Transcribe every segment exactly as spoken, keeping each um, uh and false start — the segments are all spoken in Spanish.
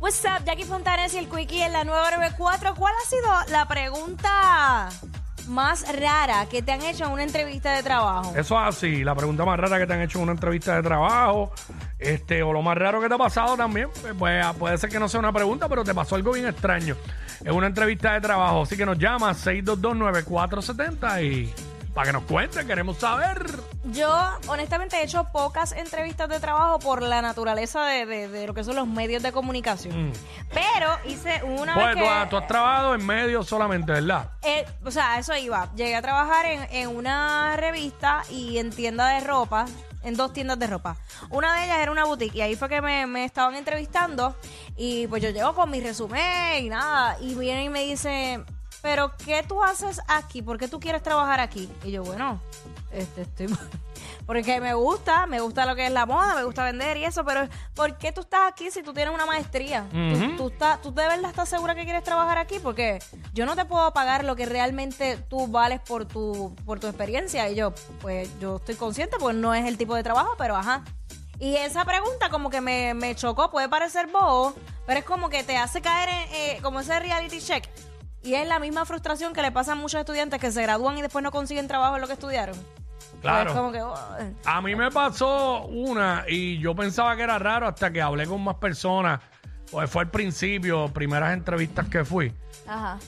What's up, Jackie Fontanes y el Quickie en la nueva noventa y cuatro. ¿Cuál ha sido la pregunta más rara que te han hecho en una entrevista de trabajo? Eso es así, la pregunta más rara que te han hecho en una entrevista de trabajo, este, o lo más raro que te ha pasado también, pues, pues, puede ser que no sea una pregunta, pero te pasó algo bien extraño en una entrevista de trabajo. Así que nos llama seis dos dos, nueve cuatro siete cero y para que nos cuente, queremos saber. Yo, honestamente, he hecho pocas entrevistas de trabajo por la naturaleza de, de, de lo que son los medios de comunicación. Mm. Pero hice una Pues vez tú, que... has- tú has trabajado en medios solamente, ¿verdad? Eh, o sea, a eso iba. Llegué a trabajar en, en una revista y en tienda de ropa, en dos tiendas de ropa. Una de ellas era una boutique y ahí fue que me, me estaban entrevistando y pues yo llego con mi resumen y nada, y viene y me dice, pero ¿qué tú haces aquí? ¿Por qué tú quieres trabajar aquí? Y yo, bueno, este estoy... Porque me gusta, me gusta lo que es la moda, me gusta vender y eso, pero ¿por qué tú estás aquí si tú tienes una maestría? Ujú. ¿Tú, tú, estás, ¿Tú de verdad estás segura que quieres trabajar aquí? Porque yo no te puedo pagar lo que realmente tú vales por tu, por tu experiencia. Y yo, pues yo estoy consciente, pues no es el tipo de trabajo, pero ajá. Y esa pregunta como que me, me chocó, puede parecer bobo, pero es como que te hace caer en eh, como ese reality check. Y es la misma frustración que le pasa a muchos estudiantes que se gradúan y después no consiguen trabajo en lo que estudiaron. Claro. Pues como que, oh, A mí me pasó una y yo pensaba que era raro hasta que hablé con más personas. Pues fue al principio, primeras entrevistas que fui. ajá.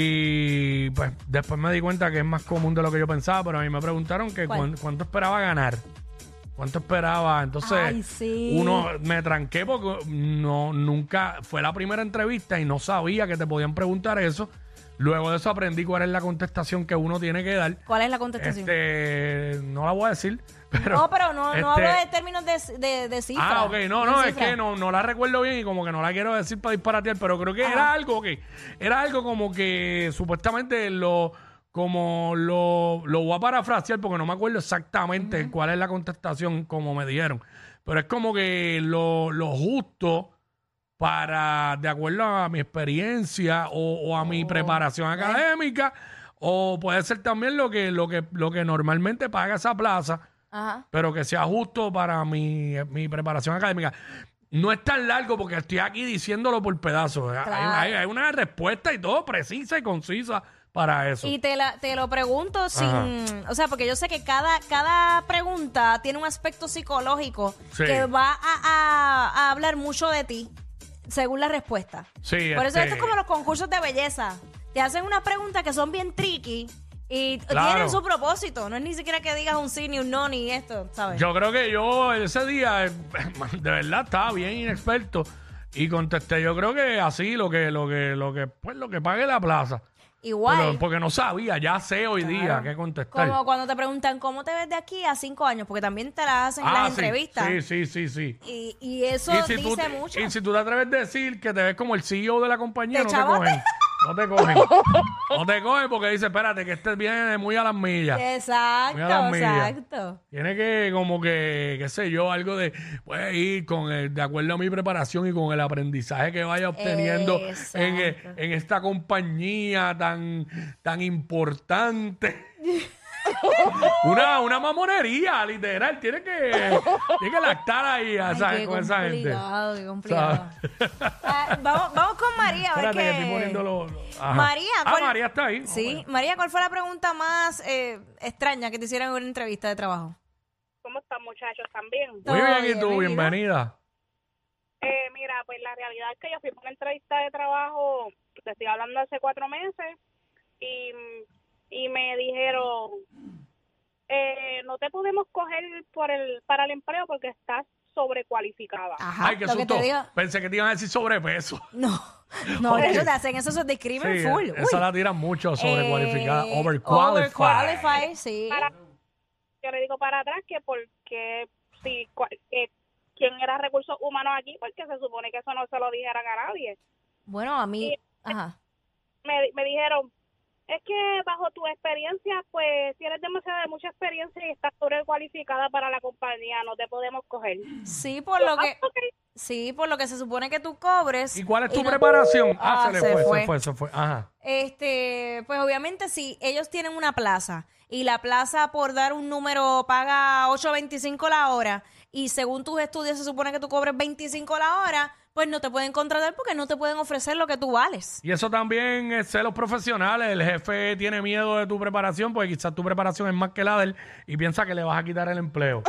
Y pues después me di cuenta que es más común de lo que yo pensaba, pero a mí me preguntaron que ¿Cuál? cuán- cuánto esperaba ganar. ¿Cuánto esperaba? Entonces, Ay, sí. uno me tranqué porque no, nunca fue la primera entrevista y no sabía que te podían preguntar eso. Luego de eso aprendí cuál es la contestación que uno tiene que dar. ¿Cuál es la contestación? Este, no la voy a decir, pero... no, pero no, este, no hablo de términos de, de, de cifras. Ah, ok, no, de no, es cifras. que no, no la recuerdo bien y como que no la quiero decir para disparatear, pero creo que Ajá. era algo que, era algo como que supuestamente lo, como lo, lo voy a parafrasear porque no me acuerdo exactamente cuál es la contestación como me dijeron, pero es como que lo, lo justo para, de acuerdo a mi experiencia o, o a mi Oh, preparación eh. académica, o puede ser también lo que, lo que, lo que normalmente paga esa plaza, Ajá. pero que sea justo para mi, mi preparación académica. No es tan largo porque estoy aquí diciéndolo por pedazos. Hay- Claro. Hay, hay una respuesta y todo precisa y concisa para eso. Y te, la, te lo pregunto sin... O sea, porque yo sé que cada, cada pregunta tiene un aspecto psicológico Sí. que va a, a- a hablar mucho de ti según la respuesta. Sí, Por eso este- esto es como los concursos de belleza. Te hacen unas preguntas que son bien tricky y Claro. tienen su propósito. No es ni siquiera que digas un sí, ni un no, ni esto, ¿sabes? Yo creo que yo ese día, eh, de verdad, estaba bien inexperto y contesté. Yo creo que así lo que, lo que, lo que, pues lo que pague la plaza. Igual. Pero- porque no sabía, ya sé hoy día qué contestar. Como cuando te preguntan cómo te ves de aquí a cinco años, porque también te las hacen en Ah, las sí, entrevistas. Sí, sí, sí, sí. Y, y eso Y si, tú, dice te- mucho. y si tú te atreves a decir que te ves como el C E O de la compañía, ¿Te no te chavaste? cogen. No te cogen. No te cogen porque dice, espérate, que este viene muy a las millas. Exacto, Muy a las millas. exacto. Tiene que, como que, qué sé yo, algo de, puedes ir con el, de acuerdo a mi preparación y con el aprendizaje que vaya obteniendo en, eh, Exacto. en esta compañía tan, tan importante. una, una mamonería, literal. Tiene que, tiene que lactar ahí, Ay, ¿sabes? qué Con esa gente. complicado, qué complicado. ¿Sabes? Ah, vamos, vamos con María, a ver Espérate, que estoy qué... poniendo los... ajá. María, Ah, ¿cuál- María está ahí. Sí, María, ¿cuál fue la pregunta más eh, extraña que te hicieron en una entrevista de trabajo? ¿Cómo están, muchachos? ¿También? Muy Todo bien, bien, ¿y tú? bienvenida. Bienvenida. Eh, mira, pues la realidad es que yo fui por una entrevista de trabajo, te estoy hablando hace cuatro meses, y, y me dijeron, eh, no te podemos coger por el para el empleo porque estás sobrecualificada. Ajá, Ay, qué lo que susto. te digo... Pensé que te iban a decir sobrepeso. No, no, Ok. eso te hacen, eso se describen Sí, full. esa Uy. la tiran mucho sobrecualificada. Eh, overqualified. overqualified, sí. Para- yo le digo para atrás que porque si cua- eh, quién era recursos humanos aquí, porque se supone que eso no se lo dijeran a nadie. Bueno, a mí... Y- Ajá. Me, me dijeron, es que bajo tu experiencia, pues tienes demasiada mucha experiencia y estás sobrecualificada para la compañía, no te podemos coger. Sí, por lo que... Ah, ok. Sí, por lo que se supone que tú cobres. ¿Y cuál es tu no- preparación? Ah, Ah, se le se fue, fue. se fue, se fue. Ajá. Este, pues obviamente si ellos tienen una plaza y la plaza por dar un número paga ocho veinticinco la hora y según tus estudios se supone que tú cobres veinticinco la hora, pues no te pueden contratar porque no te pueden ofrecer lo que tú vales. Y eso también es celos profesionales. El jefe tiene miedo de tu preparación porque quizás tu preparación es más que la de él y piensa que le vas a quitar el empleo.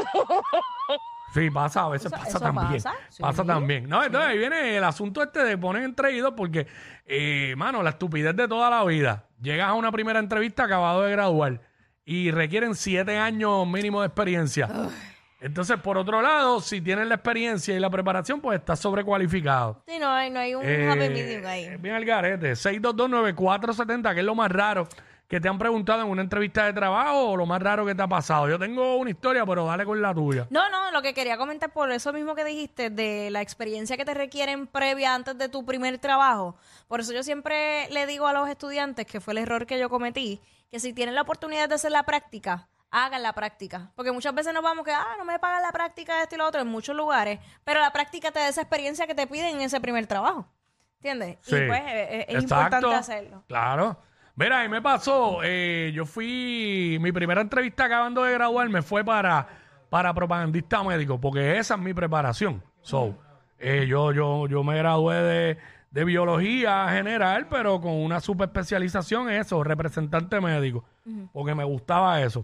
Sí, pasa, a veces Eso- pasa eso también. pasa, sí. Pasa también. No, entonces ahí viene el asunto este de poner entreídos porque, eh, mano, la estupidez de toda la vida. Llegas a una primera entrevista acabado de graduar y requieren siete años mínimo de experiencia. Entonces, por otro lado, si tienes la experiencia y la preparación, pues estás sobrecualificado. Sí, no hay, no hay un Eh, happy medium ahí. es bien al garete. seis dos dos nueve cuatro siete cero, ¿qué es lo más raro que te han preguntado en una entrevista de trabajo o lo más raro que te ha pasado? Yo tengo una historia, pero dale con la tuya. No, no, lo que quería comentar por eso mismo que dijiste, de la experiencia que te requieren previa antes de tu primer trabajo. Por eso yo siempre le digo a los estudiantes, que fue el error que yo cometí, que si tienen la oportunidad de hacer la práctica, hagan la práctica. Porque muchas veces nos vamos que, ah, no me pagan la práctica de esto y lo otro en muchos lugares, pero la práctica te da esa experiencia que te piden en ese primer trabajo. ¿Entiendes? Sí. Y pues eh, eh, es Exacto. importante hacerlo. Claro. Mira, ahí me pasó, eh, yo fui, mi primera entrevista acabando de graduarme fue para, para propagandista médico, porque esa es mi preparación. So, eh, yo, yo, yo me gradué de, de biología general, pero con una super especialización en eso, representante médico, porque me gustaba eso.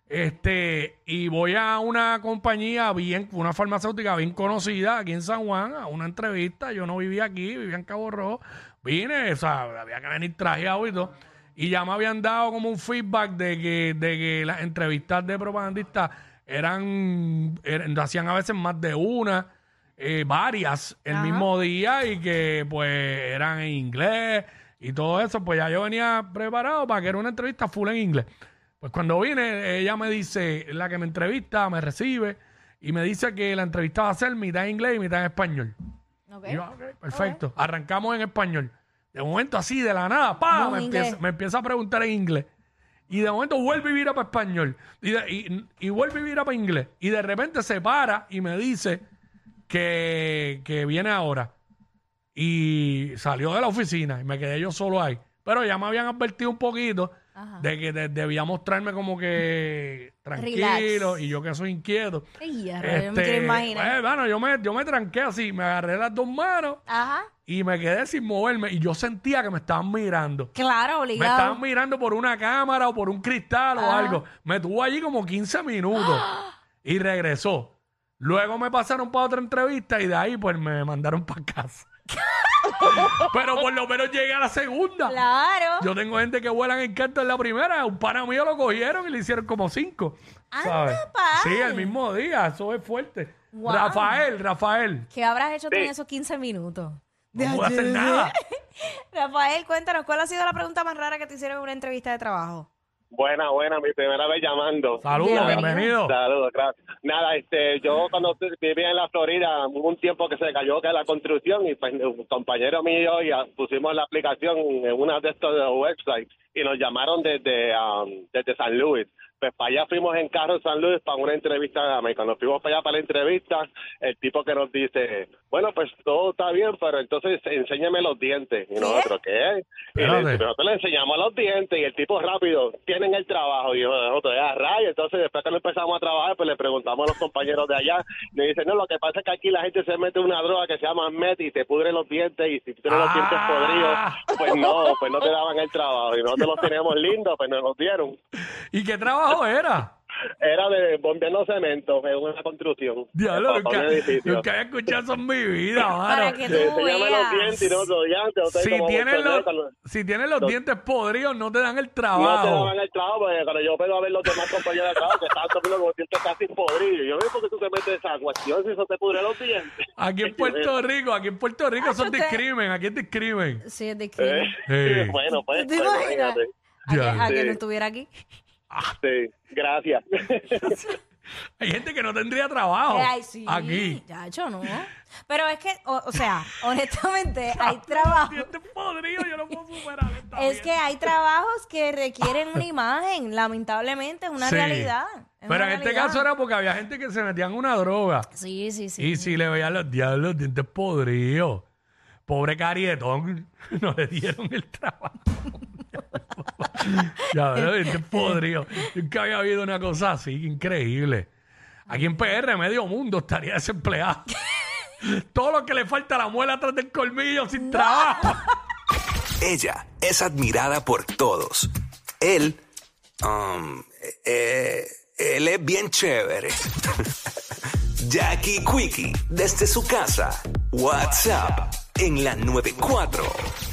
Este, y voy a una compañía bien, una farmacéutica bien conocida aquí en San Juan, a una entrevista. Yo no vivía aquí, vivía en Cabo Rojo. Vine, o sea, había que venir trajeado y todo. Y ya me habían dado como un feedback de que, de que las entrevistas de propagandistas eran, eran, hacían a veces más de una, eh, varias el Ajá. mismo día y que pues eran en inglés y todo eso. Pues ya yo venía preparado para que era una entrevista full en inglés. Pues cuando vine, ella me dice, la que me entrevista, me recibe y me dice que la entrevista va a ser mitad en inglés y mitad en español. ¿Ok? Y yo, ok, perfecto. Arrancamos en español. De momento así, de la nada, ¡pam! No, Me inglés. empieza, me empieza a preguntar en inglés. Y de momento vuelve y vira para español. Y, de- y, y vuelve y vira para inglés. Y de repente se para y me dice que, que viene ahora. Y salió de la oficina y me quedé yo solo ahí. Pero ya me habían advertido un poquito Ajá. de que de- debía mostrarme como que tranquilo. Relax. Y yo que soy inquieto. Ay, ya, rayos, yo me quiero imaginar. Pues, bueno, yo me, yo me tranqué así, me agarré las dos manos Ajá. y me quedé sin moverme. Y yo sentía que me estaban mirando. Claro, Me obligado. estaban mirando por una cámara o por un cristal o Ajá. algo. Me tuvo allí como quince minutos y regresó. Luego me pasaron para otra entrevista y de ahí pues me mandaron para casa. Pero por lo menos llegué a la segunda. Claro. Yo tengo gente que vuelan en canto en la primera. Un pana mío lo cogieron y le hicieron como cinco. ¿sabes? pal. Sí, el mismo día. Eso es fuerte. Wow. Rafael, Rafael. ¿Qué habrás hecho tú Sí. en esos quince minutos? No puedo hacer nada. Rafael, cuéntanos, ¿cuál ha sido la pregunta más rara que te hicieron en una entrevista de trabajo? Buena, buena, mi primera vez llamando. Saludos, Bienvenido. bienvenido. Saludos, gracias. Nada, este, yo cuando vivía en la Florida, hubo un tiempo que se cayó que la construcción y pues un compañero mío y pusimos la aplicación en una de estos websites y nos llamaron desde, um, desde San Luis. Pues para allá fuimos en carro en San Luis para una entrevista. Y cuando fuimos para allá para la entrevista, el tipo que nos dice, bueno, pues todo está bien, pero entonces enséñame los dientes. Y nosotros, ¿qué? Y Espérate. le- nosotros le enseñamos los dientes y el tipo rápido, tienen el trabajo. Y yo, nosotros, ya, rayo. Entonces después que empezamos a trabajar, pues le preguntamos a los compañeros de allá. Y le dicen, no, lo que pasa es que aquí la gente se mete una droga que se llama met y te pudre los dientes. Y si tienes los dientes Ah. podridos, pues no, pues no te daban el trabajo. Y nosotros los teníamos lindos, pues nos los dieron. ¿Y qué trabajo era? Era de bombeando cemento en una construcción. Diablo, Para nunca, un edificio. nunca había escuchado eso en mi vida, Para mano. que Sí, tú enséñame los veas. dientes y no los dientes. ustedes Si como tienes, ustedes los, cuando- si tienes los los- dientes podridos, no te dan el No te trabajo. daban el trabajo, porque cuando yo vengo a ver los demás compañeros de trabajo que estaban comiendo con los dientes casi podridos. Yo veo por qué tú te metes esa cuestión si eso te pudre los dientes. Aquí en Puerto Rico, aquí en Puerto Rico Ah, son usted- discrimen, aquí es discrimen. Sí, es de Eh, crimen. Sí. Bueno, pues, ¿Tú te pues, imaginas? imagínate. A que, Ya. a que Sí. no estuviera aquí. Sí, gracias. Hay gente que no tendría trabajo Eh, Ay, sí. aquí. Ya, hecho, no. Pero es que, o, o sea, honestamente, hay Los trabajos. dientes podridos, yo no puedo superar esta Es que mierda. hay trabajos que requieren una imagen. Lamentablemente, es una Sí. realidad. es Pero una en este realidad. caso era porque había gente que se metían una droga. Sí, sí, sí. Y si le veían los diablos, los dientes podridos. Pobre carietón, no le dieron el trabajo. Ya, los dientes podridos. Nunca había habido una cosa así, increíble. Aquí en P R, medio mundo estaría desempleado. Todo lo que le falta a la muela atrás del colmillo sin trabajo. Ella es admirada por todos. Él, um, eh, él es bien chévere. Jackie Quickie, desde su casa. WhatsApp en la noventa y cuatro.